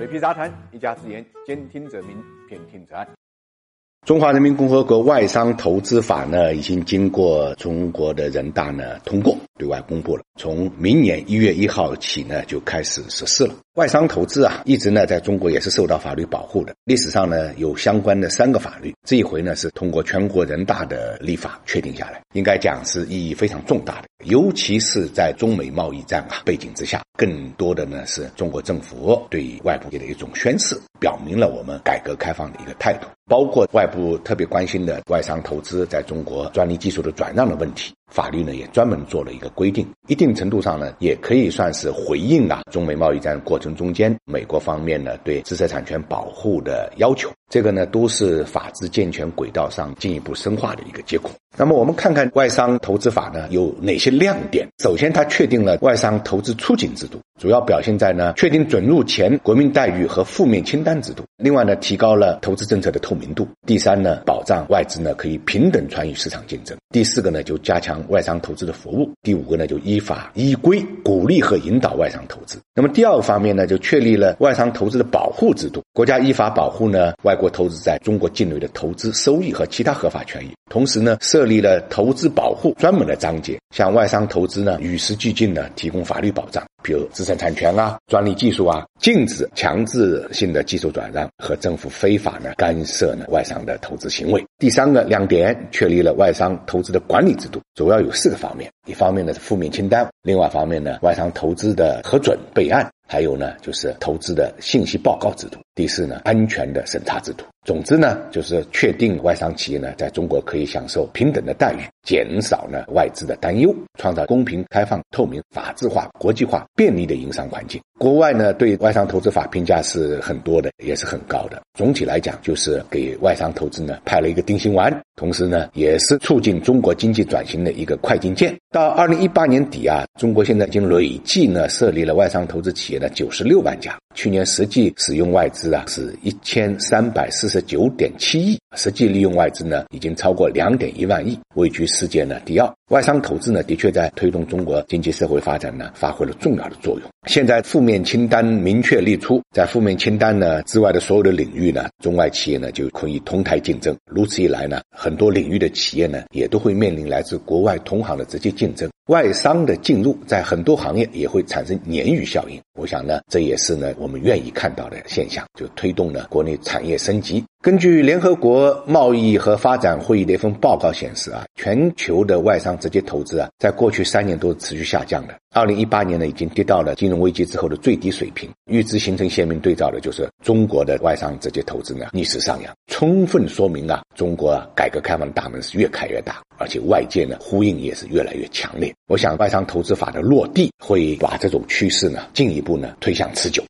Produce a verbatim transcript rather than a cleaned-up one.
水皮杂谈，一家之言，兼听则明，偏听则暗。 中华人民共和国外商投资法呢，已经经过中国的人大呢通过，对外公布了。从明年一月一号起呢，就开始实施了。外商投资啊，一直呢在中国也是受到法律保护的。历史上呢有相关的三个法律，这一回呢是通过全国人大的立法确定下来，应该讲是意义非常重大的。尤其是在中美贸易战啊背景之下，更多的呢是中国政府对外部的一种宣示，表明了我们改革开放的一个态度。包括外部特别关心的外商投资在中国专利技术的转让的问题，法律呢也专门做了一个规定，一定程度上呢也可以算是回应了中美贸易战过程中间美国方面呢对知识产权保护的要求，这个呢都是法治健全轨道上进一步深化的一个结果。那么我们看看外商投资法呢有哪些亮点。首先它确定了外商投资出境制度，主要表现在呢确定准入前国民待遇和负面清单制度。另外呢提高了投资政策的透明度。第三呢保障外资呢可以平等参与市场竞争。第四个呢就加强外商投资的服务。第五个呢就依法依规鼓励和引导外商投资。那么第二个方面呢就确立了外商投资的保护制度，国家依法保护呢外国投资在中国境内的投资收益和其他合法权益，同时呢设立了投资保护专门的章节，向外商投资呢与时俱进呢提供法律保障，比如知识产权啊、专利技术啊，禁止强制性的技术转让和政府非法呢干涉呢外商的投资行为。第三个亮点，确立了外商投资的管理制度，主要有四个方面。一方面呢是负面清单，另外一方面呢外商投资的核准备案，还有呢就是投资的信息报告制度，第四呢安全的审查制度。总之呢就是确定外商企业呢在中国可以享受平等的待遇，减少呢外资的担忧，创造公平、开放、透明、法治化、国际化、便利的营商环境。国外呢对外商投资法评价是很多的，也是很高的。总体来讲就是给外商投资呢派了一个定心丸，同时呢也是促进中国经济转型的一个快进键。到二零一八年底啊，中国现在已经累计呢设立了外商投资企业呢九十六万家，去年实际使用外资啊是一千三百四十九点七亿，实际利用外资呢已经超过两点一万亿，位居世界呢第二。外商投资呢的确在推动中国经济社会发展呢发挥了重要的作用。现在负面清单明确列出，在负面清单呢之外的所有的领域呢，中外企业呢就可以同台竞争。如此一来呢，很多领域的企业呢也都会面临来自国外同行的直接竞争，外商的进入在很多行业也会产生鲶鱼效应。我想呢这也是呢我们愿意看到的现象，就推动了国内产业升级。根据联合国贸易和发展会议的一份报告显示啊，全球的外商直接投资啊，在过去三年都是持续下降的。二零一八年呢，已经跌到了金融危机之后的最低水平。与之形成鲜明对照的就是中国的外商直接投资呢逆势上扬，充分说明啊，中国啊改革开放的大门是越开越大，而且外界呢呼应也是越来越强烈。我想外商投资法的落地会把这种趋势呢进一步呢推向持久。